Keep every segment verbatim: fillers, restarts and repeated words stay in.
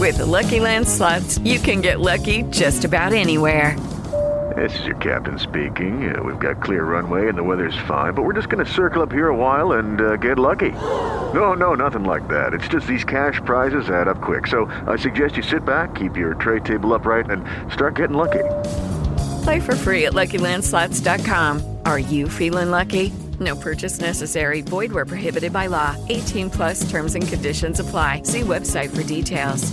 With the Lucky Land Slots, you can get lucky just about anywhere. This is your captain speaking. Uh, we've got clear runway and the weather's fine, but we're just going to circle up here a while and uh, get lucky. No, no, nothing like that. It's just these cash prizes add up quick. So I suggest you sit back, keep your tray table upright, and start getting lucky. Play for free at Lucky Land Slots dot com. Are you feeling lucky? No purchase necessary. Void where prohibited by law. eighteen plus terms and conditions apply. See website for details.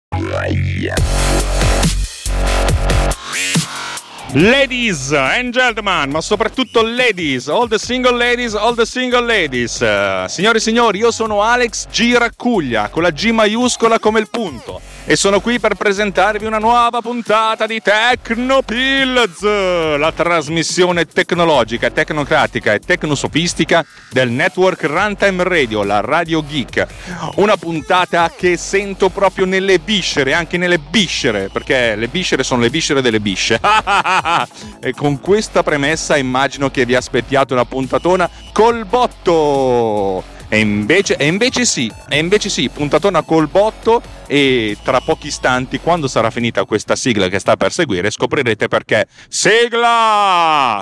Ladies and gentlemen, ma soprattutto ladies, all the single ladies, all the single ladies. Uh, signori e signori, io sono Alex Giracuglia, con la G maiuscola come il punto, e sono qui per presentarvi una nuova puntata di Tecnopills, la trasmissione tecnologica, tecnocratica e tecnosofistica del network Runtime Radio, la Radio Geek. Una puntata che sento proprio nelle viscere, anche nelle biscere, perché le viscere sono le viscere delle bisce. E con questa premessa immagino che vi aspettiate una puntatona col botto. E invece, e invece sì, e invece sì, puntatona col botto. E tra pochi istanti, quando sarà finita questa sigla che sta per seguire, scoprirete perché. Sigla!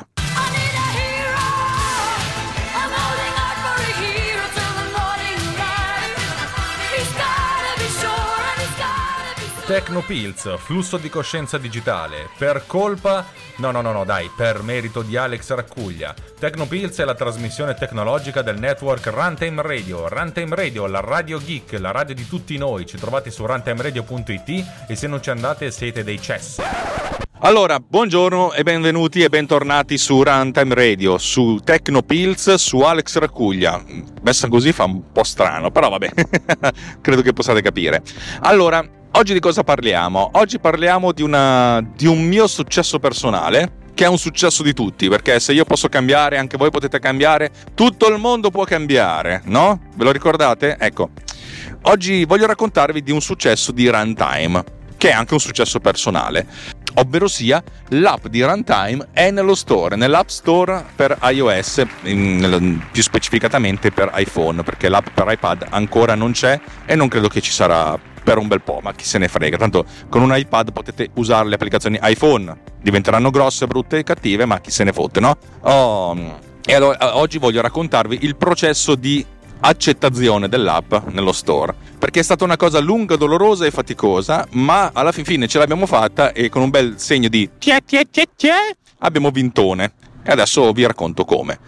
Tecnopills, flusso di coscienza digitale, per colpa, no no no no dai, per merito di Alex Raccuglia. Tecnopills è la trasmissione tecnologica del network Runtime Radio. Runtime Radio, la radio geek, la radio di tutti noi. Ci trovate su runtimeradio punto it e se non ci andate siete dei cessi. Allora, buongiorno e benvenuti e bentornati su Runtime Radio, su Tecnopills, su Alex Raccuglia. Messa così fa un po' strano, però vabbè, credo che possiate capire. Allora, oggi di cosa parliamo? Oggi parliamo di, una, di un mio successo personale, che è un successo di tutti, perché se io posso cambiare, anche voi potete cambiare, tutto il mondo può cambiare, no? Ve lo ricordate? Ecco, oggi voglio raccontarvi di un successo di Runtime, che è anche un successo personale, ovvero sia l'app di Runtime è nello store, nell'app store per iOS, in, più specificatamente per iPhone, perché l'app per iPad ancora non c'è e non credo che ci sarà per un bel po', ma chi se ne frega, tanto con un iPad potete usare le applicazioni iPhone, diventeranno grosse, brutte e cattive, ma chi se ne fotte, no? Oh, e allora oggi voglio raccontarvi il processo di accettazione dell'app nello store, perché è stata una cosa lunga, dolorosa e faticosa, ma alla fin fine ce l'abbiamo fatta e con un bel segno di tie tie tie tie abbiamo vintone, e adesso vi racconto come.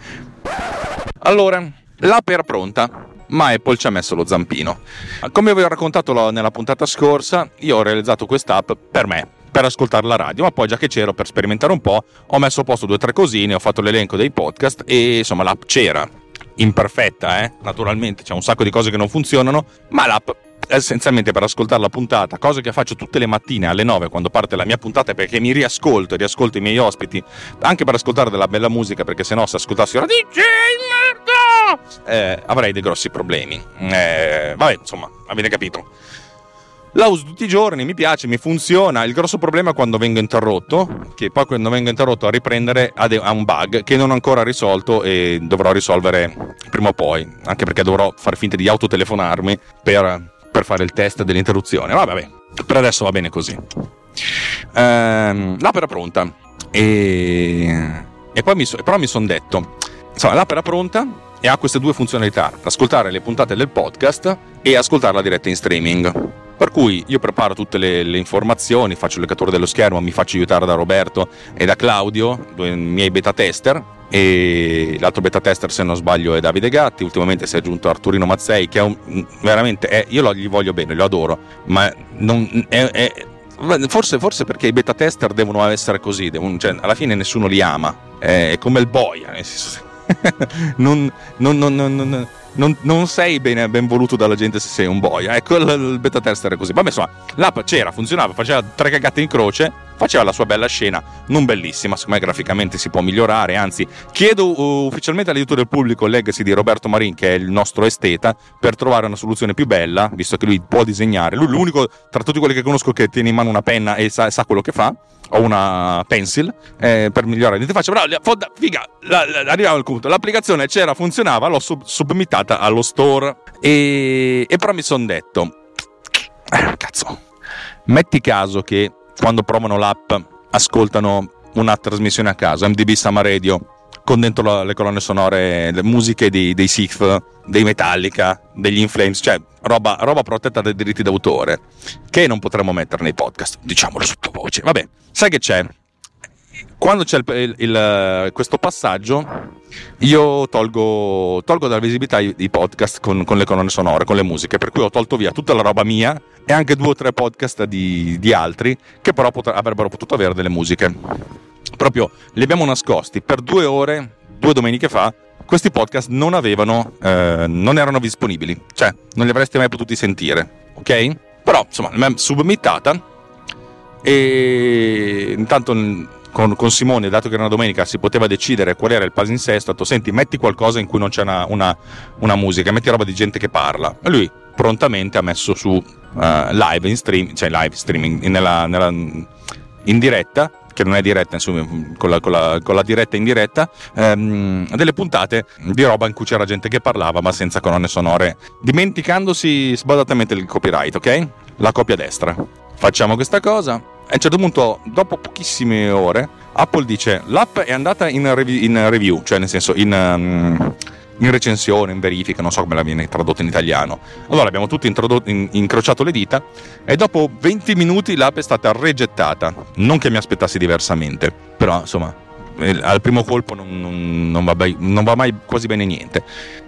Allora, l'app era pronta, ma Apple ci ha messo lo zampino. Come vi ho raccontato nella puntata scorsa, io ho realizzato quest'app per me, per ascoltare la radio, ma poi già che c'ero per sperimentare un po', ho messo a posto due o tre cosine, ho fatto l'elenco dei podcast e insomma l'app c'era, imperfetta, eh? Naturalmente c'è un sacco di cose che non funzionano, ma l'app essenzialmente per ascoltare la puntata, cosa che faccio tutte le mattine alle nove quando parte la mia puntata, perché mi riascolto e riascolto i miei ospiti, anche per ascoltare della bella musica, perché sennò se ascoltassi ora D J merda eh, avrei dei grossi problemi. Eh, vabbè, insomma, avete capito. La uso tutti i giorni, mi piace, mi funziona. Il grosso problema è quando vengo interrotto, che poi quando vengo interrotto a riprendere ha un bug che non ho ancora risolto e dovrò risolvere prima o poi, anche perché dovrò far finta di autotelefonarmi per, per fare il test dell'interruzione. Ma vabbè, per adesso va bene così. Ehm, l'app era pronta e, e poi mi so, però mi sono detto, insomma, l'app era pronta e ha queste due funzionalità: ascoltare le puntate del podcast e ascoltare la diretta in streaming. Per cui io preparo tutte le, le informazioni, faccio le catture dello schermo, mi faccio aiutare da Roberto e da Claudio, due miei beta tester, e l'altro beta tester, se non sbaglio, è Davide Gatti. Ultimamente si è aggiunto Arturino Mazzei, che è un, veramente è, io lo, gli voglio bene, lo adoro, ma non è, è forse, forse perché i beta tester devono essere così, devono, cioè, alla fine nessuno li ama, è come il boia, nel senso, non, non, non, non, non Non, non sei ben, ben voluto dalla gente se sei un boia. Ecco, il, il beta tester è così. Vabbè, insomma, l'app c'era, funzionava, faceva tre cagate in croce, faceva la sua bella scena, non bellissima, secondo me graficamente si può migliorare, anzi chiedo uh, ufficialmente all'aiuto del pubblico il legacy di Roberto Marin, che è il nostro esteta, per trovare una soluzione più bella, visto che lui può disegnare. Lui l'unico tra tutti quelli che conosco che tiene in mano una penna e sa, sa quello che fa, o una pencil, eh, per migliorare l'interfaccia. Però foda, figa, la, la, arriviamo al punto, l'applicazione c'era, funzionava, l'ho sub, submittata allo store e, e però mi son detto Eh, cazzo. Metti caso che quando provano l'app ascoltano una trasmissione a caso, M D B Summer Radio, con dentro le colonne sonore, le musiche dei, dei Sith, dei Metallica, degli In Flames, cioè roba, roba protetta dai diritti d'autore, che non potremmo mettere nei podcast, diciamolo sottovoce. Vabbè, sai che c'è? Quando c'è il, il, il, questo passaggio, io tolgo, tolgo dalla visibilità i, i podcast con, con le colonne sonore, con le musiche, per cui ho tolto via tutta la roba mia e anche due o tre podcast di, di altri che però pot- avrebbero potuto avere delle musiche. Proprio li abbiamo nascosti per due ore, due domeniche fa. Questi podcast non avevano, eh, non erano disponibili, cioè non li avreste mai potuti sentire, ok? Però insomma l'abbiamo submittata e intanto con, con Simone, dato che era una domenica, si poteva decidere qual era il palinsesto. Ho detto: senti, metti qualcosa in cui non c'è una, una, una musica, metti roba di gente che parla. E lui prontamente ha messo su uh, live in stream, cioè live streaming nella, nella, in diretta, che non è diretta, insomma, con la, con la, con la diretta in diretta, ehm, delle puntate di roba in cui c'era gente che parlava ma senza colonne sonore, dimenticandosi sbadatamente il copyright, ok? La copia destra. Facciamo questa cosa e a un certo punto, dopo pochissime ore, Apple dice: l'app è andata in, rev- in review, cioè nel senso in... Um, in recensione, in verifica, non so come la viene tradotto in italiano. Allora abbiamo tutti introdotto, in, incrociato le dita e dopo venti minuti l'app è stata rigettata. Non che mi aspettassi diversamente, però insomma eh, al primo colpo non, non, non, va, mai, non va mai quasi bene niente.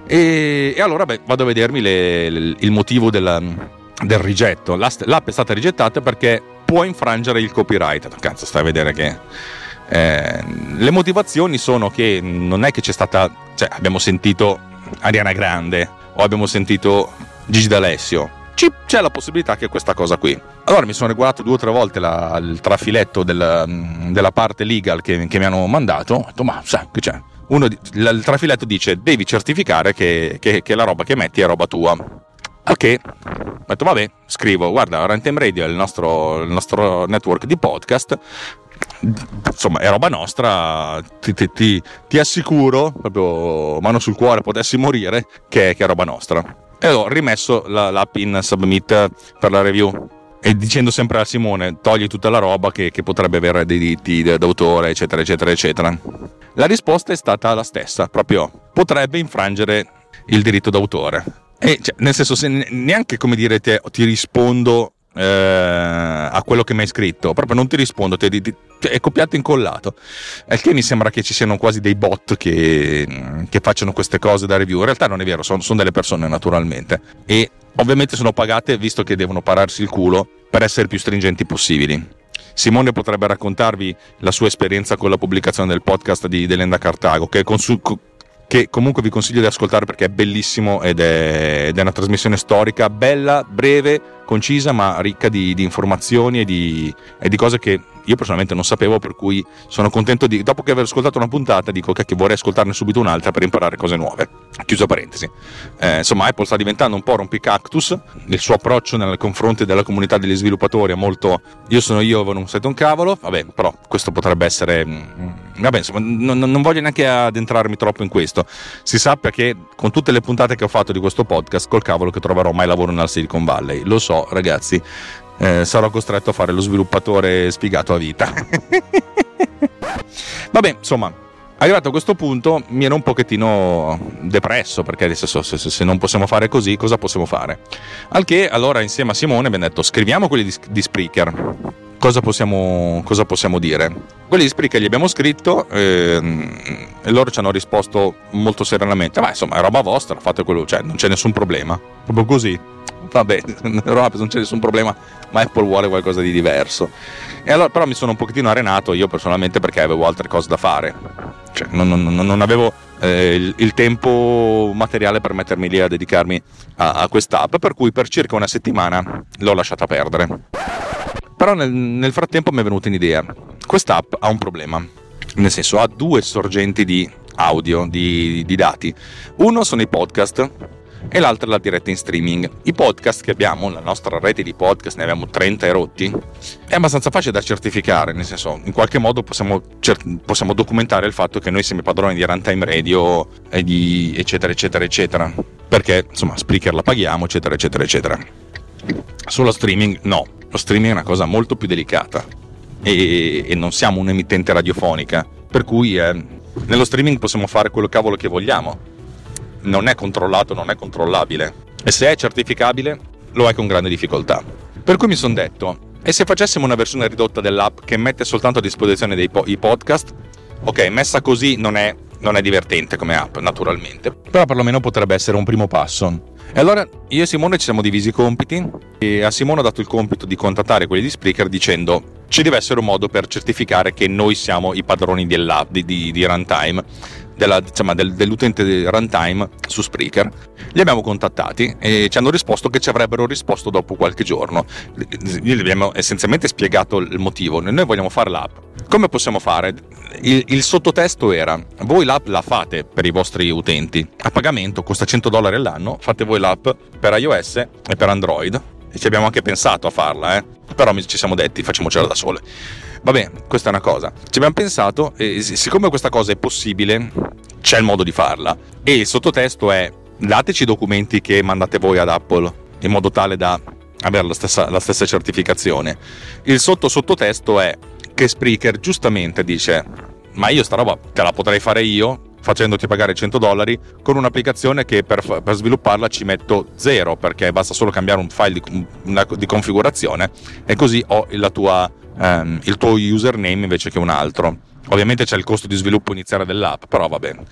E, e allora beh, vado a vedermi le, le, il motivo della, del rigetto. L'app è stata rigettata perché può infrangere il copyright. Cazzo, stai a vedere che... Eh, le motivazioni sono che non è che c'è stata, cioè abbiamo sentito Ariana Grande o abbiamo sentito Gigi D'Alessio, c'è la possibilità che questa cosa qui. Allora mi sono regolato due o tre volte la, il trafiletto del, della parte legal che, che mi hanno mandato. Ho detto: ma sai che c'è? Uno, il trafiletto dice: devi certificare che, che, che la roba che metti è roba tua. Ok, ho detto vabbè, scrivo: guarda, Runtime Radio è il nostro, il nostro network di podcast, insomma è roba nostra, ti, ti, ti, ti assicuro, proprio mano sul cuore, potessi morire, che, che è roba nostra. E ho rimesso la, l'app in submit per la review, e dicendo sempre a Simone: togli tutta la roba che, che potrebbe avere dei diritti d'autore, eccetera eccetera eccetera. La risposta è stata la stessa, proprio potrebbe infrangere il diritto d'autore. E cioè, nel senso, se neanche, come dire, te, ti rispondo eh, a quello che mi hai scritto, proprio non ti rispondo, ti, ti, ti, è copiato e incollato. E che mi sembra che ci siano quasi dei bot che, che facciano queste cose da review. In realtà non è vero, sono, sono delle persone naturalmente, e ovviamente sono pagate, visto che devono pararsi il culo per essere più stringenti possibili. Simone potrebbe raccontarvi la sua esperienza con la pubblicazione del podcast di Delenda Cartago, che con su, che comunque vi consiglio di ascoltare perché è bellissimo ed è, ed è una trasmissione storica, bella, breve, concisa, ma ricca di, di informazioni e di, e di cose che io personalmente non sapevo, per cui sono contento di, dopo che aver ascoltato una puntata, dico che vorrei ascoltarne subito un'altra per imparare cose nuove. Chiusa parentesi. Eh, insomma, Apple sta diventando un po' rompicactus. Il suo approccio nei confronti della comunità degli sviluppatori è molto: io sono io, voi non siete un cavolo. Vabbè, però questo potrebbe essere, vabbè, insomma, non, non voglio neanche addentrarmi troppo in questo. Si sappia che con tutte le puntate che ho fatto di questo podcast, col cavolo che troverò mai lavoro nella Silicon Valley. Lo so, ragazzi, eh, sarò costretto a fare lo sviluppatore sfigato a vita. Vabbè, insomma, arrivato a questo punto mi ero un pochettino depresso, perché adesso se, se non possiamo fare così, cosa possiamo fare? Al che allora insieme a Simone abbiamo detto: scriviamo quelli di, di Spreaker. Cosa possiamo, cosa possiamo dire? Quelli di Spreaker gli abbiamo scritto ehm, e loro ci hanno risposto molto serenamente: ma insomma è roba vostra, fate quello, cioè non c'è nessun problema. Proprio così. Vabbè, non c'è nessun problema, ma Apple vuole qualcosa di diverso. E allora però mi sono un pochettino arenato io personalmente, perché avevo altre cose da fare, cioè non, non, non avevo eh, il, il tempo materiale per mettermi lì a dedicarmi a, a quest'app, per cui per circa una settimana l'ho lasciata perdere. Però nel, nel frattempo mi è venuta un'idea: quest'app ha un problema, nel senso ha due sorgenti di audio, di, di dati. Uno sono i podcast e l'altra è la diretta in streaming. I podcast che abbiamo, la nostra rete di podcast, ne abbiamo trenta e rotti, è abbastanza facile da certificare, nel senso, in qualche modo possiamo, cer- possiamo documentare il fatto che noi siamo i padroni di Runtime Radio e di eccetera eccetera eccetera, perché insomma Spreaker la paghiamo, eccetera eccetera eccetera. Sullo streaming no, lo streaming è una cosa molto più delicata e, e non siamo un'emittente radiofonica, per cui eh, nello streaming possiamo fare quello cavolo che vogliamo, non è controllato, non è controllabile, e se è certificabile lo è con grande difficoltà. Per cui mi sono detto, e se facessimo una versione ridotta dell'app che mette soltanto a disposizione dei po- i podcast? Ok, messa così non è, non è divertente come app, naturalmente, però perlomeno potrebbe essere un primo passo. E allora io e Simone ci siamo divisi i compiti e a Simone ho dato il compito di contattare quelli di Spreaker dicendo ci deve essere un modo per certificare che noi siamo i padroni dell'app, di, di, di runtime, della, diciamo, del, dell'utente di runtime su Spreaker. Li abbiamo contattati e ci hanno risposto che ci avrebbero risposto dopo qualche giorno. Gli abbiamo essenzialmente spiegato il motivo. Noi vogliamo fare l'app. Come possiamo fare? Il, il sottotesto era: voi l'app la fate per i vostri utenti a pagamento, costa cento dollari all'anno, fate voi l'app per iOS e per Android. E ci abbiamo anche pensato a farla, eh? Però ci siamo detti facciamocela da sole. Vabbè, questa è una cosa. Ci abbiamo pensato e siccome questa cosa è possibile, c'è il modo di farla. E il sottotesto è: dateci i documenti che mandate voi ad Apple in modo tale da avere la stessa, la stessa certificazione. Il sotto sottotesto è che Spreaker giustamente dice: ma io sta roba te la potrei fare io facendoti pagare cento dollari con un'applicazione che per, per svilupparla ci metto zero, perché basta solo cambiare un file di, una, di configurazione e così ho la tua, um, il tuo username invece che un altro. Ovviamente c'è il costo di sviluppo iniziale dell'app, però va bene.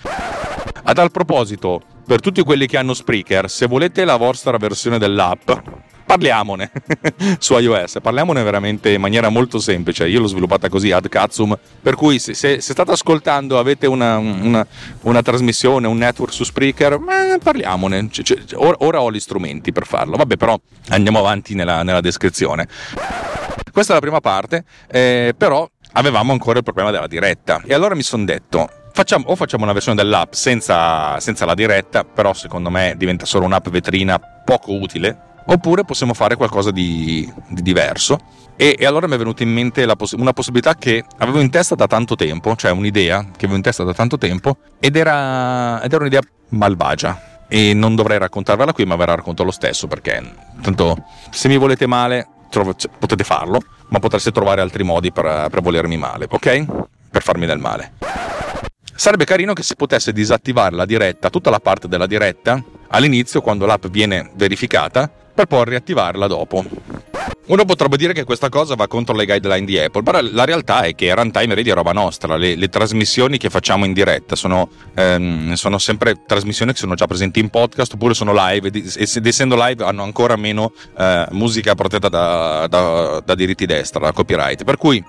A tal proposito, per tutti quelli che hanno Spreaker, se volete la vostra versione dell'app, parliamone su iOS, parliamone veramente in maniera molto semplice. Io l'ho sviluppata così ad cazzoom, per cui se, se, se state ascoltando, avete una, una, una trasmissione, un network su Spreaker, eh, parliamone. C- c- ora, ora ho gli strumenti per farlo. Vabbè, però andiamo avanti nella, nella descrizione. Questa è la prima parte, eh, però avevamo ancora il problema della diretta e allora mi sono detto: Facciamo, o facciamo una versione dell'app senza, senza la diretta, però secondo me diventa solo un'app vetrina poco utile, oppure possiamo fare qualcosa di, di diverso. E, e allora mi è venuta in mente la poss- una possibilità che avevo in testa da tanto tempo, cioè un'idea che avevo in testa da tanto tempo, ed era, ed era un'idea malvagia. E non dovrei raccontarvela qui, ma ve la racconto lo stesso, perché tanto se mi volete male trovo, cioè, potete farlo, ma potreste trovare altri modi per, per volermi male, ok? Per farmi del male. Sarebbe carino che si potesse disattivare la diretta, tutta la parte della diretta, all'inizio quando l'app viene verificata, per poi riattivarla dopo. Uno potrebbe dire che questa cosa va contro le guideline di Apple, però la realtà è che Runtime Radio è roba nostra. Le, le trasmissioni che facciamo in diretta sono, ehm, sono sempre trasmissioni che sono già presenti in podcast oppure sono live, e essendo live hanno ancora meno eh, musica protetta da, da, da diritti d'extra, da copyright. Per cui,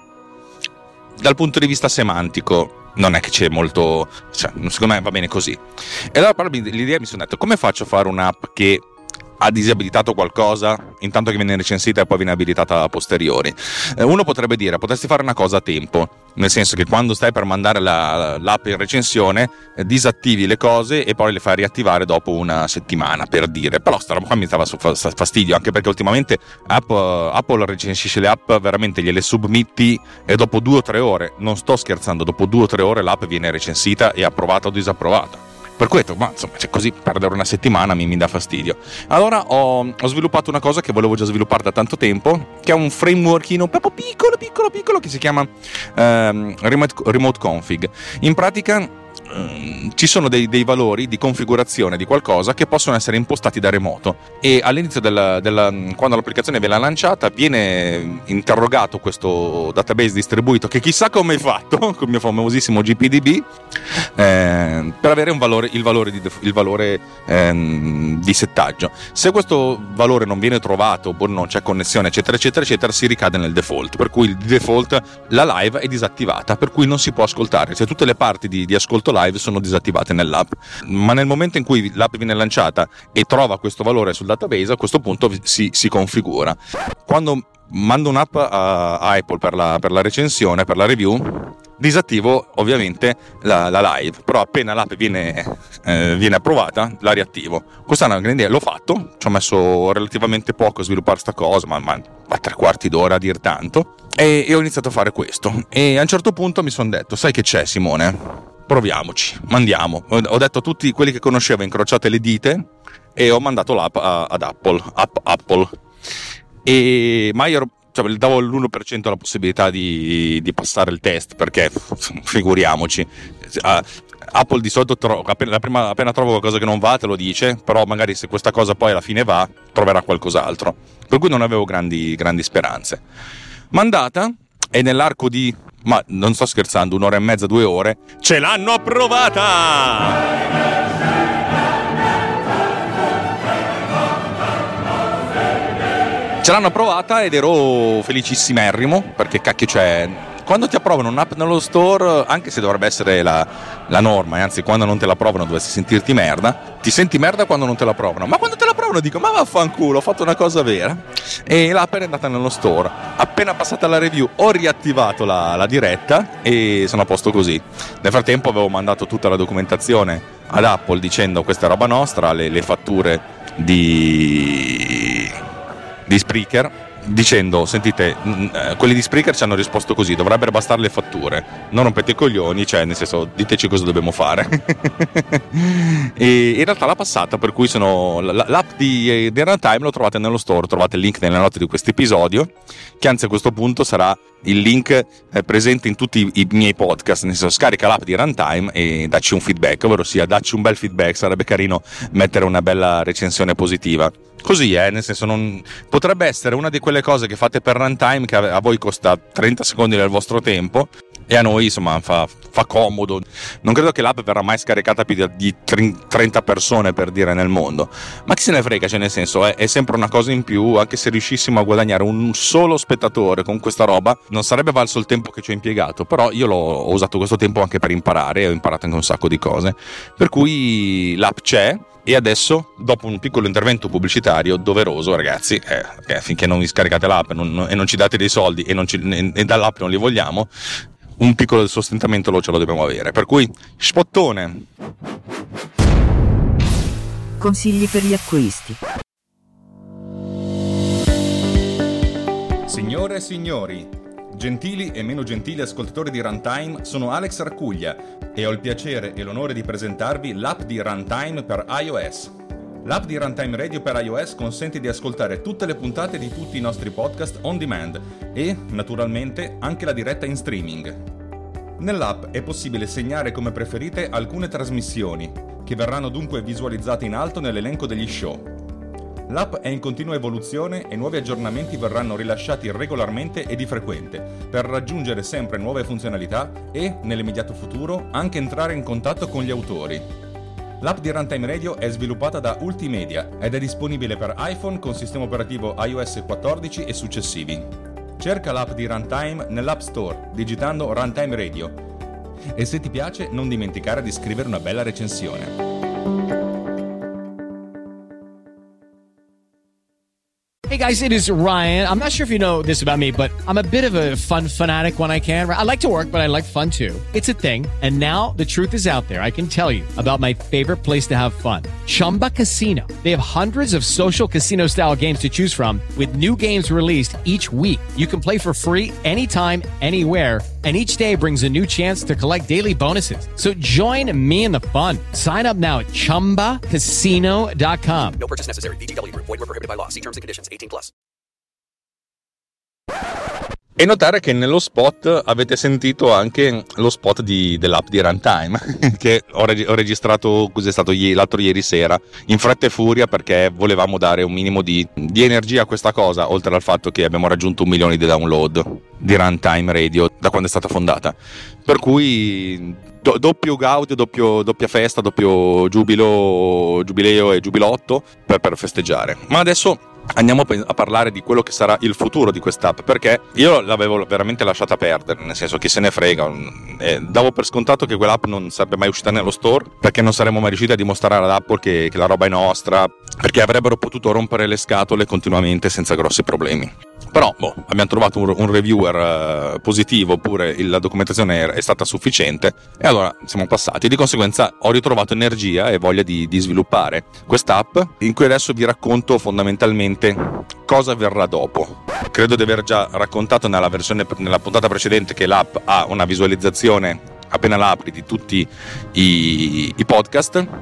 dal punto di vista semantico, non è che c'è molto, cioè, secondo me va bene così. E allora l'idea mi sono detto: come faccio a fare un'app che ha disabilitato qualcosa intanto che viene recensita e poi viene abilitata a posteriori? Eh, uno potrebbe dire: potresti fare una cosa a tempo, nel senso che quando stai per mandare la, l'app in recensione eh, disattivi le cose e poi le fai riattivare dopo una settimana, per dire. Però sta roba qua mi stava fastidio, anche perché ultimamente Apple, Apple recensisce le app, veramente gliele submitti e dopo due o tre ore, non sto scherzando, dopo due o tre ore l'app viene recensita e approvata o disapprovata. Per cui ho detto, ma insomma, cioè, così perdere una settimana mi, mi dà fastidio. Allora ho, ho sviluppato una cosa che volevo già sviluppare da tanto tempo, che è un frameworkino proprio piccolo, piccolo, piccolo, che si chiama ehm, remote, remote config. In pratica ehm, ci sono dei, dei valori di configurazione di qualcosa che possono essere impostati da remoto, e all'inizio della, della, quando l'applicazione viene lanciata viene interrogato questo database distribuito, che chissà come è fatto con il mio famosissimo G P D B, eh, per avere un valore, il valore, di, il valore ehm, di settaggio. Se questo valore non viene trovato oppure non c'è connessione eccetera eccetera eccetera, si ricade nel default, per cui il default, la live è disattivata, per cui non si può ascoltare, cioè tutte le parti di, di ascolto live sono disattivate nell'app. Ma nel momento in cui l'app viene lanciata e trova questo valore sul database, a questo punto si, si configura. Quando mando un'app a, a Apple per la, per la recensione, per la review, disattivo ovviamente la, la live, però appena l'app viene, eh, viene approvata la riattivo. Questa è una grande idea, l'ho fatto, ci ho messo relativamente poco a sviluppare sta cosa, ma, ma a tre quarti d'ora a dir tanto, e, e ho iniziato a fare questo. E a un certo punto mi sono detto: sai che c'è, Simone? Proviamoci, mandiamo. Ho detto a tutti quelli che conoscevo, incrociate le dite, e ho mandato l'app a, ad Apple, app Apple. e ma io cioè, le davo l'uno per cento la possibilità di, di passare il test, perché figuriamoci, Apple di solito tro- appena, prima, appena trova qualcosa che non va te lo dice, però magari se questa cosa poi alla fine va troverà qualcos'altro, per cui non avevo grandi, grandi speranze. Mandata, e nell'arco di, ma non sto scherzando, un'ora e mezza, due ore ce l'hanno approvata. Ce l'hanno approvata ed ero felicissimissimo, perché cacchio c'è, quando ti approvano un'app nello store, anche se dovrebbe essere la, la norma, e anzi quando non te la approvano dovresti sentirti merda, ti senti merda quando non te la approvano, ma quando te la approvano dico ma vaffanculo, ho fatto una cosa vera, e l'app è andata nello store. Appena passata la review ho riattivato la, la diretta e sono a posto così. Nel frattempo avevo mandato tutta la documentazione ad Apple dicendo questa è roba nostra, le, le fatture di... di Spreaker, dicendo sentite, mh, quelli di Spreaker ci hanno risposto così, dovrebbero bastare le fatture, non rompete i coglioni, cioè nel senso diteci cosa dobbiamo fare. E in realtà l'ha passata, per cui sono l'app di, di Runtime l'ho trovata nello store, trovate il link nelle note di questo episodio, che anzi a questo punto sarà il link eh, presente in tutti i, i miei podcast, nel senso scarica l'app di Runtime e dacci un feedback, ovvero sia dacci un bel feedback, sarebbe carino mettere una bella recensione positiva. Così è, eh, nel senso non potrebbe essere una di quelle cose che fate per Runtime che a voi costa trenta secondi del vostro tempo e a noi insomma fa, fa comodo. Non credo che l'app verrà mai scaricata più di trenta persone, per dire, nel mondo, ma chi se ne frega, cioè nel senso è, è sempre una cosa in più. Anche se riuscissimo a guadagnare un solo spettatore con questa roba non sarebbe valso il tempo che ci ho impiegato, però io l'ho, ho usato questo tempo anche per imparare e ho imparato anche un sacco di cose, per cui l'app c'è. E adesso, dopo un piccolo intervento pubblicitario doveroso, ragazzi, eh, eh, finché non vi scaricate l'app non, non, e non ci date dei soldi e, non ci, e, e dall'app non li vogliamo, un piccolo sostentamento lo ce lo dobbiamo avere. Per cui, spottone. Consigli per gli acquisti. Signore e signori, gentili e meno gentili ascoltatori di Runtime, sono Alex Racuglia e ho il piacere e l'onore di presentarvi l'app di Runtime per iOS. L'app di Runtime Radio per iOS consente di ascoltare tutte le puntate di tutti i nostri podcast on demand e, naturalmente, anche la diretta in streaming. Nell'app è possibile segnare come preferite alcune trasmissioni, che verranno dunque visualizzate in alto nell'elenco degli show. L'app è in continua evoluzione e nuovi aggiornamenti verranno rilasciati regolarmente e di frequente per raggiungere sempre nuove funzionalità e, nell'immediato futuro, anche entrare in contatto con gli autori. L'app di Runtime Radio è sviluppata da Ultimedia ed è disponibile per iPhone con sistema operativo iOS quattordici e successivi. Cerca l'app di Runtime nell'App Store digitando Runtime Radio e se ti piace non dimenticare di scrivere una bella recensione. Hey guys, it is Ryan. I'm not sure if you know this about me, but I'm a bit of a fun fanatic when I can. I like to work, but I like fun too. It's a thing. And now the truth is out there. I can tell you about my favorite place to have fun. Chumba Casino. They have hundreds of social casino style games to choose from with new games released each week. You can play for free anytime, anywhere. And each day brings a new chance to collect daily bonuses. So join me in the fun. Sign up now at chumba casino dot com. No purchase necessary. V G W Group. Void where prohibited by law. See terms and conditions. eighteen plus. E notare che nello spot avete sentito anche lo spot di, dell'app di Runtime che ho, reg- ho registrato, cos'è stato ieri, l'altro ieri sera, in fretta e furia, perché volevamo dare un minimo di, di energia a questa cosa, oltre al fatto che abbiamo raggiunto un milione di download di Runtime Radio da quando è stata fondata, per cui do- doppio gaudio, doppio, doppia festa, doppio giubilo, giubileo e giubilotto per, per festeggiare. Ma adesso andiamo a parlare di quello che sarà il futuro di quest'app, perché io l'avevo veramente lasciata perdere, nel senso, chi se ne frega, eh, davo per scontato che quell'app non sarebbe mai uscita nello store, perché non saremmo mai riusciti a dimostrare ad Apple che, che la roba è nostra, perché avrebbero potuto rompere le scatole continuamente senza grossi problemi. Però boh, abbiamo trovato un, un reviewer uh, positivo, oppure la documentazione è stata sufficiente, e allora siamo passati. Di conseguenza ho ritrovato energia e voglia di, di sviluppare quest'app, in cui adesso vi racconto fondamentalmente cosa verrà dopo. Credo di aver già raccontato nella versione, nella puntata precedente, che l'app ha una visualizzazione appena la apri di tutti i, i podcast,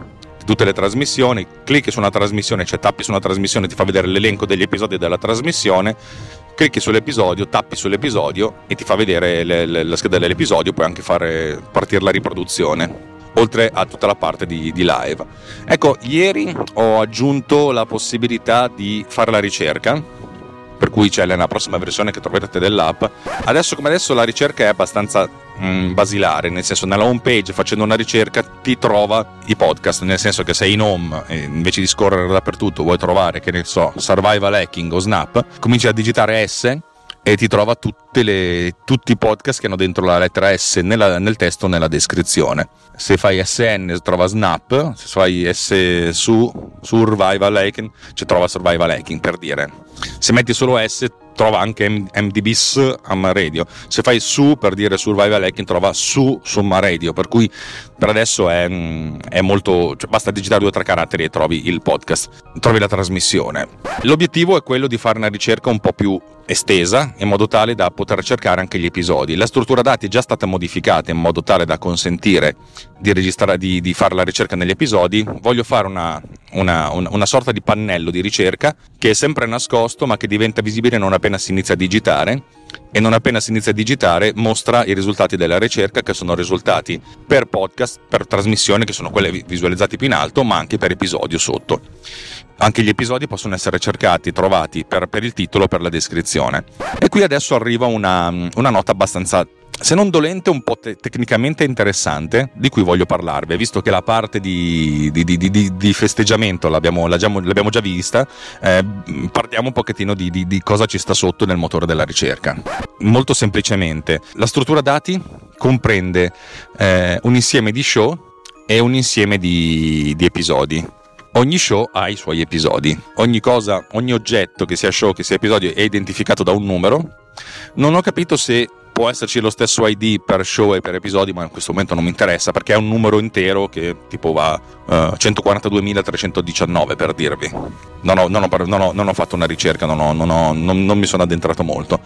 tutte le trasmissioni, clicchi su una trasmissione, cioè tappi su una trasmissione, ti fa vedere l'elenco degli episodi della trasmissione, clicchi sull'episodio, tappi sull'episodio e ti fa vedere le, le, la scheda dell'episodio, puoi anche fare partire la riproduzione, oltre a tutta la parte di, di live. Ecco, ieri ho aggiunto la possibilità di fare la ricerca, per cui c'è nella prossima versione che troverete dell'app. Adesso come adesso la ricerca è abbastanza mh, basilare, nel senso, nella home page facendo una ricerca ti trova i podcast, nel senso che sei in home e invece di scorrere dappertutto vuoi trovare, che ne so, Survival Hacking o Snap, cominci a digitare S e ti trova tutte le, tutti i podcast che hanno dentro la lettera S nella, nel testo o nella descrizione. Se fai S N trova Snap, se fai S su Survival Hacking ci trova Survival Hacking, per dire. Se metti solo S trova anche M D B S Amma Radio, se fai su per dire Survival Hacking trova su Summa Radio, per cui per adesso è, è molto, cioè basta digitare due o tre caratteri e trovi il podcast, trovi la trasmissione. L'obiettivo è quello di fare una ricerca un po' più estesa, in modo tale da poter cercare anche gli episodi. La struttura dati è già stata modificata in modo tale da consentire di registrare, di, di fare la ricerca negli episodi. Voglio fare una, una, una, una sorta di pannello di ricerca che è sempre nascosto ma che diventa visibile non appena si inizia a digitare, e non appena si inizia a digitare mostra i risultati della ricerca, che sono risultati per podcast, per trasmissione, che sono quelle visualizzate più in alto, ma anche per episodio sotto. Anche gli episodi possono essere cercati, trovati per, per il titolo, per la descrizione. E qui adesso arriva una, una nota abbastanza, se non dolente, un po' te- tecnicamente interessante, di cui voglio parlarvi, visto che la parte di, di, di, di, di festeggiamento l'abbiamo, l'abbiamo, l'abbiamo già vista. Eh, parliamo un pochettino di, di, di cosa ci sta sotto nel motore della ricerca. Molto semplicemente, la struttura dati comprende eh, un insieme di show e un insieme di, di episodi. Ogni show ha i suoi episodi, ogni cosa, ogni oggetto, che sia show che sia episodio, è identificato da un numero. Non ho capito se può esserci lo stesso I D per show e per episodi, ma in questo momento non mi interessa, perché è un numero intero che tipo va uh, centoquarantaduemilatrecentodiciannove, per dirvi. Non ho, non ho, non ho, non ho fatto una ricerca, non, ho, non, ho, non, non mi sono addentrato molto.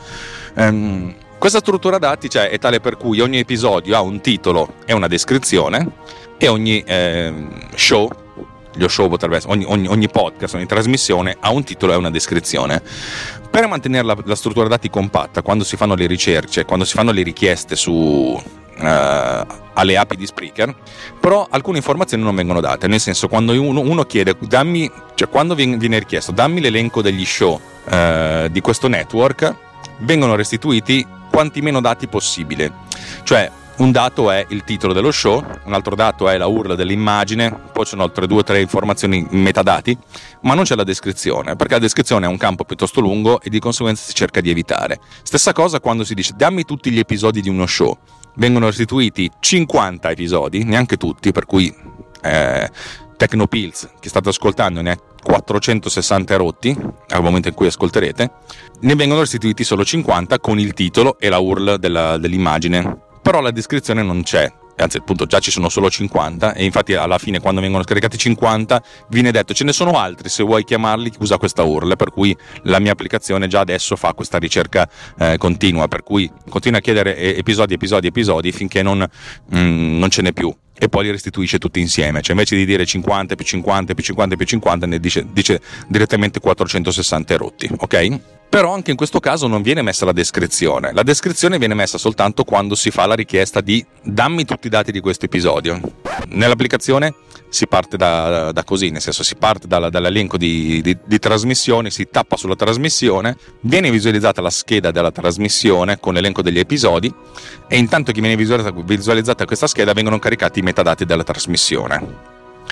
Um, questa struttura dati, cioè, è tale per cui ogni episodio ha un titolo e una descrizione, e ogni eh, show, lo show potrebbe essere, ogni, ogni, ogni podcast, ogni trasmissione ha un titolo e una descrizione. Per mantenere la, la struttura dati compatta, quando si fanno le ricerche, quando si fanno le richieste su uh, alle api di Spreaker, però alcune informazioni non vengono date, nel senso, quando uno, uno chiede dammi, cioè quando viene, viene richiesto dammi l'elenco degli show uh, di questo network, vengono restituiti quanti meno dati possibile. Cioè, un dato è il titolo dello show, un altro dato è la U R L dell'immagine, poi ci sono altre due o tre informazioni in metadati, ma non c'è la descrizione, perché la descrizione è un campo piuttosto lungo e di conseguenza si cerca di evitare. Stessa cosa quando si dice dammi tutti gli episodi di uno show, vengono restituiti cinquanta episodi, neanche tutti, per cui eh, Tecnopills, che state ascoltando, ne ha quattrocentosessanta rotti al momento in cui ascolterete, ne vengono restituiti solo cinquanta con il titolo e la U R L della, dell'immagine. Però la descrizione non c'è, anzi appunto già ci sono solo cinquanta, e infatti alla fine quando vengono scaricati cinquanta viene detto ce ne sono altri, se vuoi chiamarli usa questa U R L, per cui la mia applicazione già adesso fa questa ricerca eh, continua, per cui continua a chiedere episodi, episodi, episodi finché non, mm, non ce n'è più, e poi li restituisce tutti insieme, cioè invece di dire cinquanta più cinquanta più cinquanta più cinquanta ne dice, dice direttamente quattrocentosessanta rotti, ok? Però anche in questo caso non viene messa la descrizione. La descrizione viene messa soltanto quando si fa la richiesta di dammi tutti i dati di questo episodio. Nell'applicazione si parte da, da così, nel senso si parte dalla, dall'elenco di, di, di trasmissioni, si tappa sulla trasmissione, viene visualizzata la scheda della trasmissione con l'elenco degli episodi, e intanto che viene visualizzata, visualizzata questa scheda vengono caricati i metadati della trasmissione.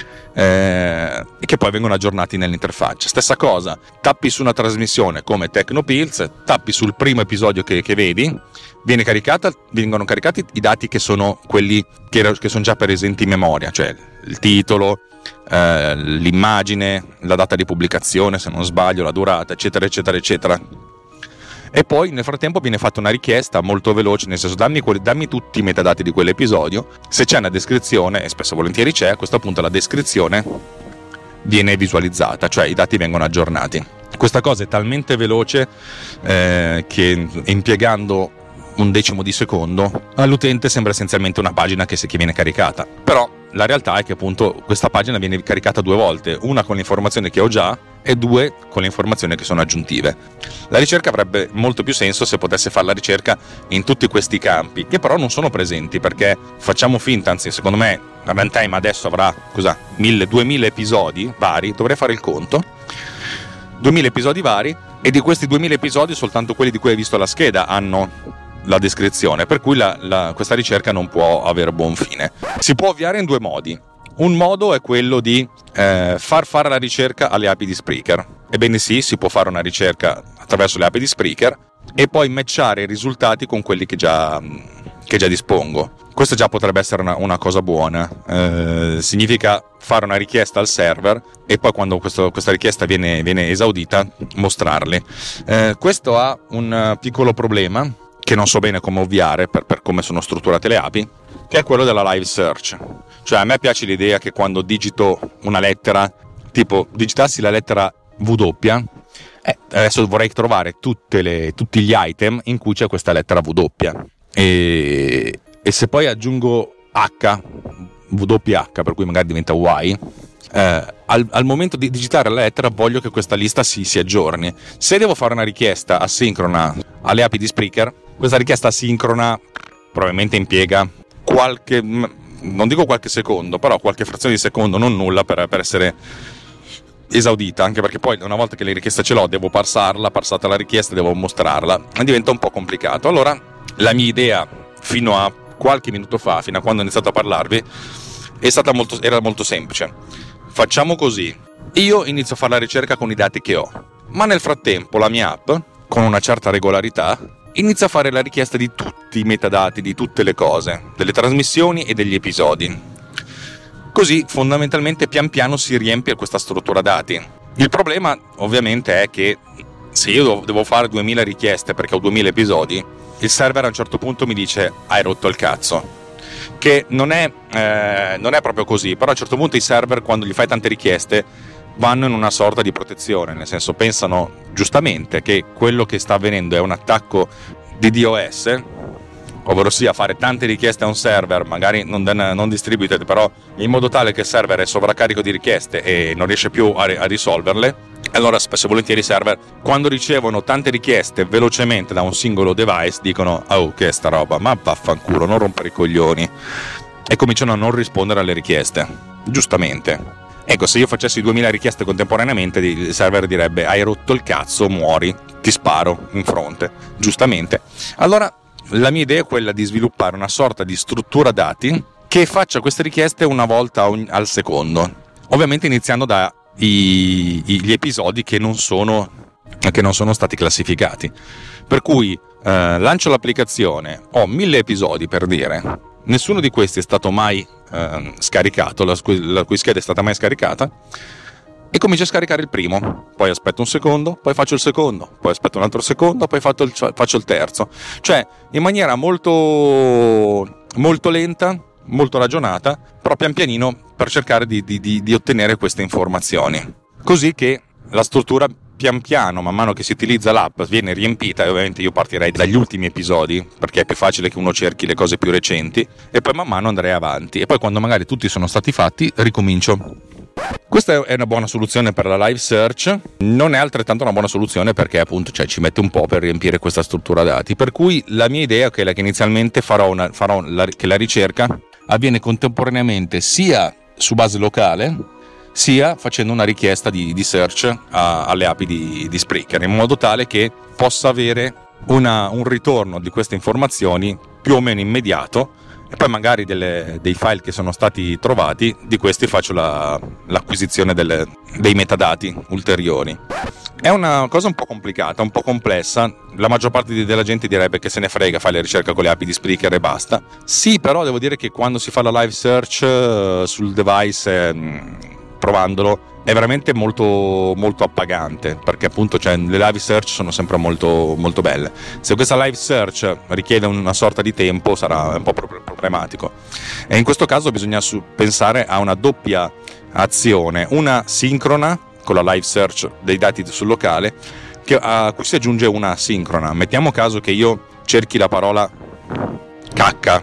Eh, e che poi vengono aggiornati nell'interfaccia. Stessa cosa, tappi su una trasmissione come Tecnopills, tappi sul primo episodio che, che vedi, viene caricata, vengono caricati i dati che sono quelli che, che sono già presenti in memoria, cioè il titolo, eh, l'immagine, la data di pubblicazione se non sbaglio, la durata, eccetera eccetera eccetera. E poi nel frattempo viene fatta una richiesta molto veloce, nel senso dammi, dammi tutti i metadati di quell'episodio, se c'è una descrizione, e spesso volentieri c'è, a questo punto la descrizione viene visualizzata, cioè i dati vengono aggiornati. Questa cosa è talmente veloce eh, che impiegando un decimo di secondo all'utente sembra essenzialmente una pagina che, che viene caricata, però la realtà è che appunto questa pagina viene caricata due volte, una con le informazioni che ho già e due con le informazioni che sono aggiuntive. La ricerca avrebbe molto più senso se potesse fare la ricerca in tutti questi campi, che però non sono presenti, perché facciamo finta, anzi secondo me Runtime adesso avrà cosa, mille, duemila episodi vari, dovrei fare il conto, duemila episodi vari, e di questi duemila episodi soltanto quelli di cui hai visto la scheda hanno la descrizione, per cui la, la, questa ricerca non può avere buon fine. Si può ovviare in due modi. Un modo è quello di eh, far fare la ricerca alle api di Spreaker. Ebbene sì, si può fare una ricerca attraverso le api di Spreaker e poi matchare i risultati con quelli che già, che già dispongo. Questo già potrebbe essere una, una cosa buona. Eh, significa fare una richiesta al server e poi quando questo, questa richiesta viene, viene esaudita mostrarli. Eh, questo ha un piccolo problema che non so bene come ovviare per, per come sono strutturate le api, che è quello della live search. Cioè a me piace l'idea che quando digito una lettera, tipo digitassi la lettera W, eh, adesso vorrei trovare tutte le, tutti gli item in cui c'è questa lettera W, e, e se poi aggiungo H, W H, per cui magari diventa Y, eh, al, al momento di digitare la lettera voglio che questa lista si, si aggiorni. Se devo fare una richiesta asincrona alle api di Spreaker, questa richiesta asincrona probabilmente impiega qualche, non dico qualche secondo, però qualche frazione di secondo, non nulla, per, per essere esaudita, anche perché poi una volta che la richiesta ce l'ho devo parsarla, parsata la richiesta devo mostrarla e diventa un po' complicato. Allora la mia idea fino a qualche minuto fa, fino a quando ho iniziato a parlarvi, è stata molto, era molto semplice. Facciamo così: io inizio a fare la ricerca con i dati che ho, ma nel frattempo la mia app, con una certa regolarità, inizia a fare la richiesta di tutti i metadati, di tutte le cose, delle trasmissioni e degli episodi. Così fondamentalmente pian piano si riempie questa struttura dati. Il problema ovviamente è che se io devo fare duemila richieste perché ho duemila episodi, il server a un certo punto mi dice hai rotto il cazzo. Che non è, eh, non è proprio così, però a un certo punto i server, quando gli fai tante richieste, vanno in una sorta di protezione, nel senso pensano giustamente che quello che sta avvenendo è un attacco di DOS, ovvero sia fare tante richieste a un server, magari non, non distributed, però in modo tale che il server è sovraccarico di richieste e non riesce più a, a risolverle. Allora spesso e volentieri i server, quando ricevono tante richieste velocemente da un singolo device, dicono oh che è sta roba, ma vaffanculo, non rompere i coglioni, e cominciano a non rispondere alle richieste, giustamente. Ecco, se io facessi duemila richieste contemporaneamente, il server direbbe hai rotto il cazzo, muori, ti sparo in fronte, giustamente. Allora la mia idea è quella di sviluppare una sorta di struttura dati che faccia queste richieste una volta al secondo, ovviamente iniziando da i, gli episodi che non sono, che non sono stati classificati. Per cui eh, lancio l'applicazione, ho mille episodi per dire, nessuno di questi è stato mai eh, scaricato, la, la cui scheda è stata mai scaricata, e comincio a scaricare il primo, poi aspetto un secondo, poi faccio il secondo, poi aspetto un altro secondo, poi faccio il, faccio il terzo, cioè in maniera molto molto lenta, molto ragionata, però pian pianino, per cercare di, di, di, di ottenere queste informazioni, così che la struttura pian piano, man mano che si utilizza l'app, viene riempita. E ovviamente io partirei dagli ultimi episodi, perché è più facile che uno cerchi le cose più recenti, e poi man mano andrei avanti, e poi quando magari tutti sono stati fatti ricomincio. Questa è una buona soluzione per la live search, non è altrettanto una buona soluzione perché appunto cioè, ci mette un po' per riempire questa struttura dati, per cui la mia idea è quella che inizialmente farò, una, farò la, che la ricerca avviene contemporaneamente sia su base locale sia facendo una richiesta di, di search a, alle api di, di Spreaker, in modo tale che possa avere una, un ritorno di queste informazioni più o meno immediato, e poi magari delle, dei file che sono stati trovati, di questi faccio la, l'acquisizione delle, dei metadati ulteriori. È una cosa un po' complicata, un po' complessa, la maggior parte della gente direbbe che se ne frega, fai la ricerca con le api di Spreaker e basta. Sì, però devo dire che quando si fa la live search uh, sul device, eh, provandolo, è veramente molto molto appagante, perché appunto cioè, le live search sono sempre molto molto belle. Se questa live search richiede una sorta di tempo sarà un po' problematico, e in questo caso bisogna pensare a una doppia azione, una sincrona con la live search dei dati sul locale, che, a cui si aggiunge una asincrona. Mettiamo caso che io cerchi la parola cacca,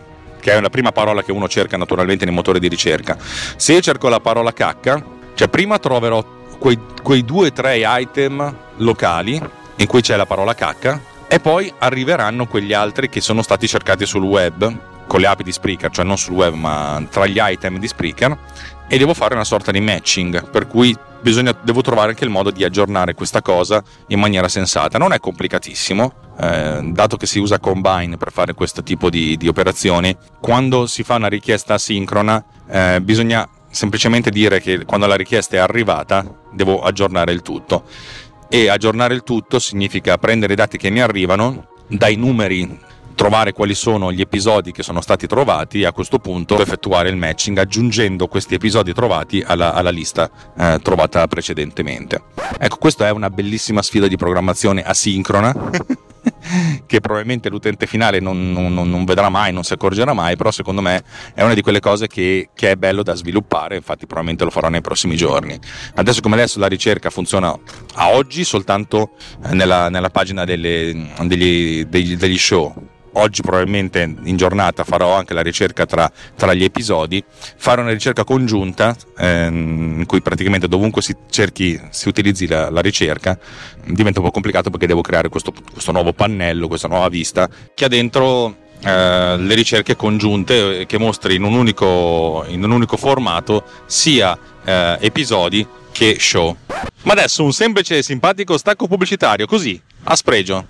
che è la prima parola che uno cerca naturalmente nei motori di ricerca. Se io cerco la parola cacca, cioè prima troverò quei, quei due o tre item locali in cui c'è la parola cacca, e poi arriveranno quegli altri che sono stati cercati sul web con le api di Spreaker, cioè non sul web ma tra gli item di Spreaker, e devo fare una sorta di matching, per cui bisogna, devo trovare anche il modo di aggiornare questa cosa in maniera sensata. Non è complicatissimo, eh, dato che si usa Combine per fare questo tipo di, di operazioni. Quando si fa una richiesta asincrona, eh, bisogna semplicemente dire che quando la richiesta è arrivata devo aggiornare il tutto, e aggiornare il tutto significa prendere i dati che mi arrivano, dai numeri trovare quali sono gli episodi che sono stati trovati, e a questo punto effettuare il matching aggiungendo questi episodi trovati alla, alla lista eh, trovata precedentemente. Ecco, questa è una bellissima sfida di programmazione asincrona che probabilmente l'utente finale non, non, non vedrà mai, non si accorgerà mai, però secondo me è una di quelle cose che, che è bello da sviluppare. Infatti probabilmente lo farò nei prossimi giorni. Adesso come adesso la ricerca funziona a oggi soltanto nella, nella pagina delle, degli, degli, degli show. Oggi probabilmente in giornata farò anche la ricerca tra, tra gli episodi, fare una ricerca congiunta ehm, in cui praticamente dovunque si cerchi, si utilizzi la, la ricerca, diventa un po' complicato perché devo creare questo, questo nuovo pannello, questa nuova vista che ha dentro eh, le ricerche congiunte, che mostri in un unico, in un unico formato sia eh, episodi che show. Ma adesso un semplice e simpatico stacco pubblicitario, così, a spregio.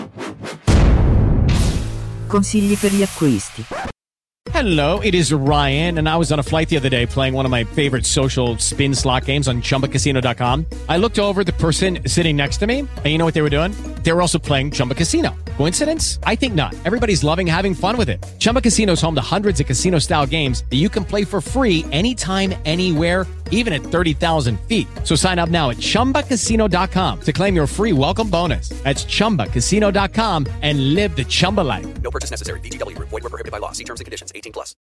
Consigli per gli acquisti. Hello, it is Ryan, and I was on a flight the other day playing one of my favorite social spin slot games on Chumba Casino dot com. I looked over at the person sitting next to me, and you know what they were doing? They were also playing Chumba Casino. Coincidence? I think not. Everybody's loving having fun with it. Chumba Casino is home to hundreds of casino-style games that you can play for free anytime, anywhere, even at thirty thousand feet. So sign up now at Chumba Casino dot com to claim your free welcome bonus. That's Chumba Casino dot com and live the Chumba life. No purchase necessary. V G W. Void where prohibited by law. See terms and conditions. eighteen plus.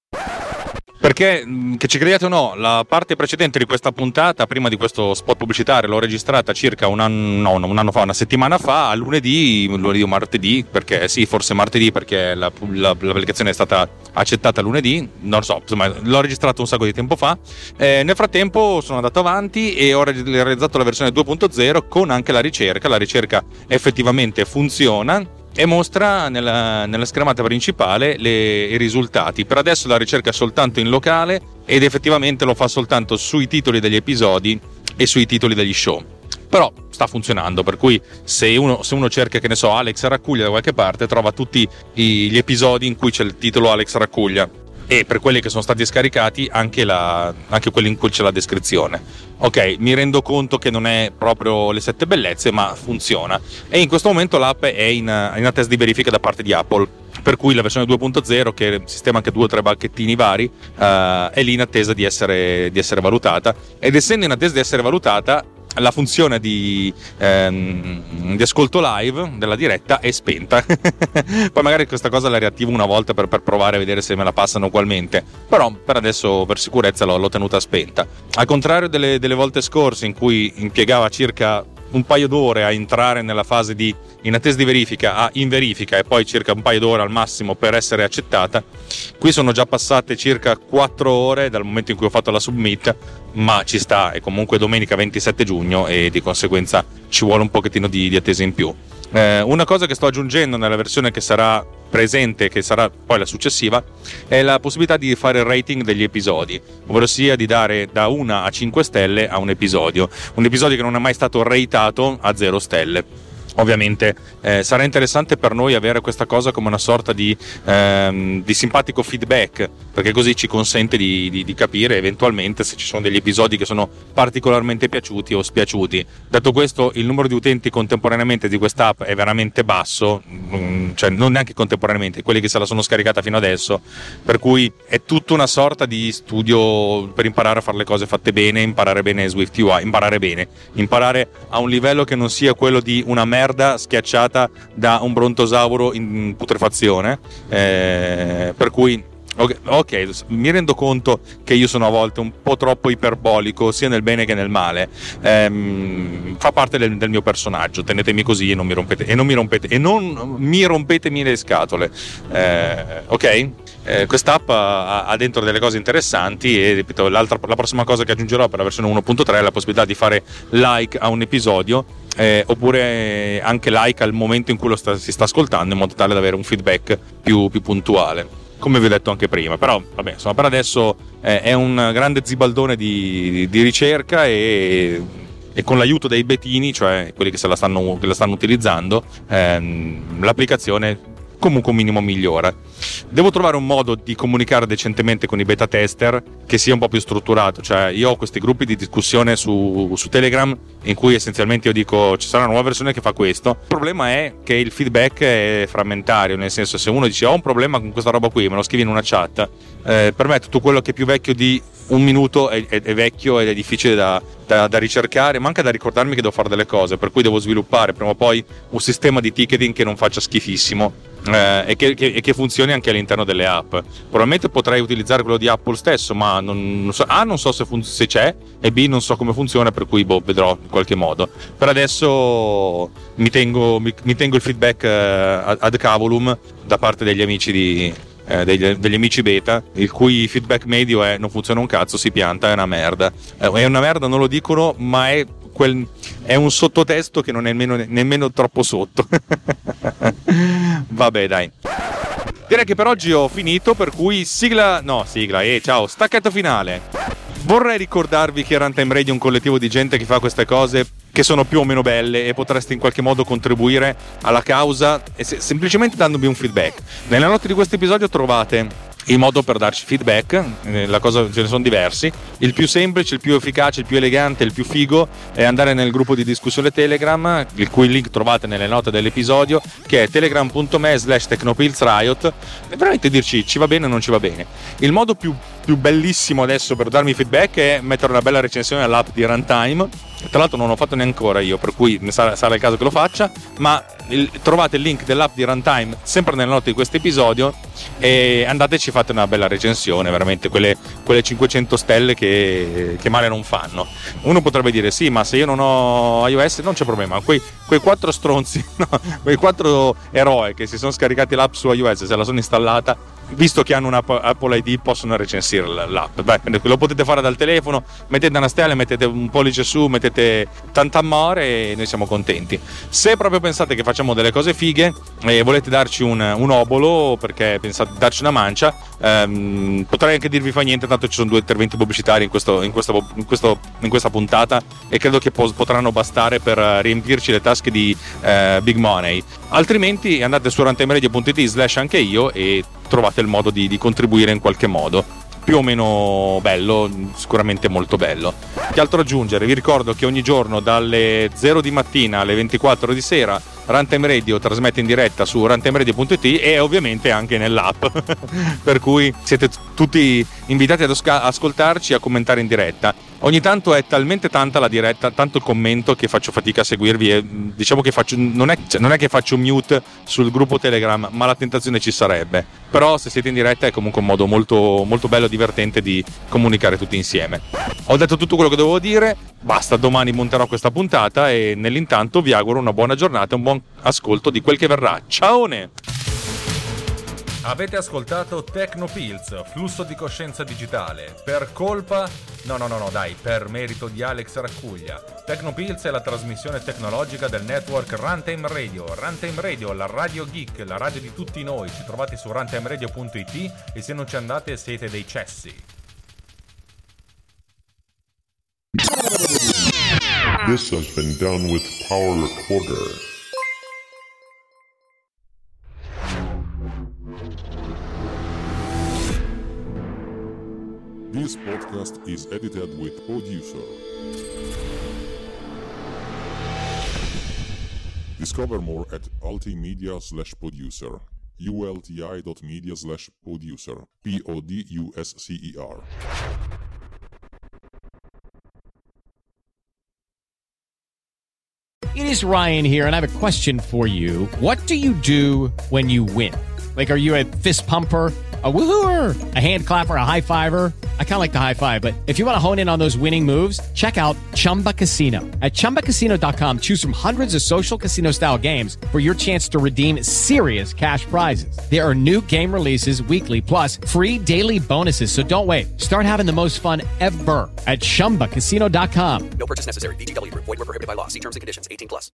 Perché, che ci crediate o no, la parte precedente di questa puntata, prima di questo spot pubblicitario, l'ho registrata circa un anno, no, un anno fa, una settimana fa, a lunedì, lunedì o martedì, perché sì, forse martedì, perché la, la, l'applicazione è stata accettata lunedì, non lo so, insomma, l'ho registrato un sacco di tempo fa. Eh, nel frattempo sono andato avanti e ho realizzato la versione due punto zero con anche la ricerca. La ricerca effettivamente funziona e mostra nella, nella schermata principale le, i risultati. Per adesso la ricerca è soltanto in locale ed effettivamente lo fa soltanto sui titoli degli episodi e sui titoli degli show, però sta funzionando, per cui se uno, se uno cerca, che ne so, Alex Raccuglia da qualche parte, trova tutti i, gli episodi in cui c'è il titolo Alex Raccuglia, e per quelli che sono stati scaricati anche, la, anche quelli in cui c'è la descrizione. Ok, mi rendo conto che non è proprio le sette bellezze, ma funziona, e in questo momento l'app è in, in attesa di verifica da parte di Apple, per cui la versione due punto zero, che sistema anche due o tre bacchettini vari, uh, è lì in attesa di essere, di essere valutata, ed essendo in attesa di essere valutata, la funzione di, ehm, di ascolto live della diretta è spenta. Poi magari questa cosa la riattivo una volta per, per provare a vedere se me la passano ugualmente, però per adesso per sicurezza l'ho, l'ho tenuta spenta, al contrario delle, delle volte scorse in cui impiegava circa un paio d'ore a entrare nella fase di in attesa di verifica a in verifica e poi circa un paio d'ore al massimo per essere accettata. Qui sono già passate circa quattro ore dal momento in cui ho fatto la submit, ma ci sta, è comunque domenica ventisette giugno e di conseguenza ci vuole un pochettino di, di attesa in più. Eh, una cosa che sto aggiungendo nella versione che sarà presente, che sarà poi la successiva, è la possibilità di fare il rating degli episodi, ovvero sia di dare da una a cinque stelle a un episodio, un episodio che non è mai stato ratato a zero stelle. Ovviamente eh, sarà interessante per noi avere questa cosa come una sorta di, ehm, di simpatico feedback, perché così ci consente di, di, di capire eventualmente se ci sono degli episodi che sono particolarmente piaciuti o spiaciuti. Detto questo, il numero di utenti contemporaneamente di quest'app è veramente basso, mh, cioè non neanche contemporaneamente, quelli che se la sono scaricata fino adesso, per cui è tutta una sorta di studio per imparare a fare le cose fatte bene, imparare bene SwiftUI, imparare bene, imparare a un livello che non sia quello di una merda schiacciata da un brontosauro in putrefazione, eh, per cui Ok, ok, mi rendo conto che io sono a volte un po' troppo iperbolico sia nel bene che nel male, ehm, fa parte del, del mio personaggio, tenetemi così e non mi rompete e non mi rompete e non mi rompetemi le scatole, eh, ok? Eh, quest'app ha, ha dentro delle cose interessanti e ripeto, l'altra, la prossima cosa che aggiungerò per la versione uno punto tre è la possibilità di fare like a un episodio, eh, oppure anche like al momento in cui lo sta, si sta ascoltando, in modo tale da avere un feedback più, più puntuale, come vi ho detto anche prima. Però vabbè, insomma, per adesso eh, è un grande zibaldone di, di ricerca e, e con l'aiuto dei betini, cioè quelli che se la stanno, che la stanno utilizzando, ehm, l'applicazione comunque un minimo migliora. Devo trovare un modo di comunicare decentemente con i beta tester che sia un po' più strutturato, cioè io ho questi gruppi di discussione su, su Telegram in cui essenzialmente io dico ci sarà una nuova versione che fa questo. Il problema è che il feedback è frammentario, nel senso, se uno dice ho un problema con questa roba qui, me lo scrivi in una chat, eh, per me tutto quello che è più vecchio di un minuto è, è, è vecchio ed è difficile da, da, da ricercare, ma anche da ricordarmi che devo fare delle cose, per cui devo sviluppare prima o poi un sistema di ticketing che non faccia schifissimo, eh, e, che, che, e che funzioni anche all'interno delle app. Probabilmente potrei utilizzare quello di Apple stesso, ma non, non so, A non so se, fun- se c'è, e B non so come funziona, per cui boh, vedrò in qualche modo. Per adesso mi tengo, mi, mi tengo il feedback eh, ad cavolum da parte degli amici di Eh, degli, degli amici beta, il cui feedback medio è non funziona un cazzo, si pianta, è una merda. Eh, è una merda, non lo dicono, ma è, quel, è un sottotesto che non è nemmeno, nemmeno troppo sotto. Vabbè, dai. Direi che per oggi ho finito, per cui sigla, no, sigla, e eh, ciao, stacchetto finale. Vorrei ricordarvi che Runtime Radio è un collettivo di gente che fa queste cose che sono più o meno belle e potreste in qualche modo contribuire alla causa e se, semplicemente dandomi un feedback. Nelle note di questo episodio trovate il modo per darci feedback, eh, la cosa, ce ne sono diversi. Il più semplice, il più efficace, il più elegante, il più figo è andare nel gruppo di discussione Telegram, il cui link trovate nelle note dell'episodio, che è telegram punto me slash technopillsriot, e veramente dirci ci va bene o non ci va bene. Il modo più, più bellissimo adesso per darmi feedback è mettere una bella recensione all'app di Runtime. Tra l'altro non l'ho fatto neanche ancora io, per cui sarà, sarà il caso che lo faccia, ma il, trovate il link dell'app di Runtime sempre nelle note di questo episodio e andateci, fate una bella recensione, veramente quelle, quelle cinquecento stelle che, che male non fanno. Uno potrebbe dire sì, ma se io non ho iOS non c'è problema, quei, quei quattro stronzi, no, quei quattro eroi che si sono scaricati l'app su iOS, se la sono installata, visto che hanno una Apple I D, possono recensire l'app. Beh, lo potete fare dal telefono, mettete una stella, mettete un pollice su, mettete tanta amore e noi siamo contenti. Se proprio pensate che facciamo delle cose fighe e volete darci un, un obolo, perché pensate di darci una mancia, ehm, potrei anche dirvi fa niente, tanto ci sono due interventi pubblicitari in, questo, in, questo, in, questo, in questa puntata e credo che po- potranno bastare per riempirci le tasche di eh, big money. Altrimenti andate su runtimeradio punto it slash anche io e trovate il modo di, di contribuire in qualche modo, più o meno bello, sicuramente molto bello. Che altro aggiungere? Vi ricordo che ogni giorno dalle zero di mattina alle ventiquattro di sera Runtime Radio trasmette in diretta su runtimeradio punto it e ovviamente anche nell'app per cui siete t- tutti invitati ad osca- ascoltarci e a commentare in diretta. Ogni tanto è talmente tanta la diretta, tanto il commento, che faccio fatica a seguirvi e diciamo che faccio, non è, cioè, non è che faccio mute sul gruppo Telegram, ma la tentazione ci sarebbe. Però se siete in diretta è comunque un modo molto, molto bello e divertente di comunicare tutti insieme. Ho detto tutto quello che dovevo dire, basta, domani monterò questa puntata e nell'intanto vi auguro una buona giornata e un buon ascolto di quel che verrà. Ciaone! Avete ascoltato Tecnopills, flusso di coscienza digitale, per colpa, no no no no dai, per merito di Alex Raccuglia. Tecnopills è la trasmissione tecnologica del network Runtime Radio. Runtime Radio, la radio geek, la radio di tutti noi. Ci trovate su runtimeradio punto it e se non ci andate siete dei cessi. This has been done with Power Recorder. This podcast is edited with Producer. Discover more at ultimedia slash producer. ulti.media slash producer. P O D U S C E R. It is Ryan here, and I have a question for you. What do you do when you win? Like, are you a fist pumper? A woohooer, a hand clapper, a high fiver. I kind of like the high five, but if you want to hone in on those winning moves, check out Chumba Casino. At chumba casino dot com, choose from hundreds of social casino style games for your chance to redeem serious cash prizes. There are new game releases weekly, plus free daily bonuses. So don't wait. Start having the most fun ever at chumba casino dot com. No purchase necessary. V G W Group. Void where prohibited by law. See terms and conditions. eighteen plus.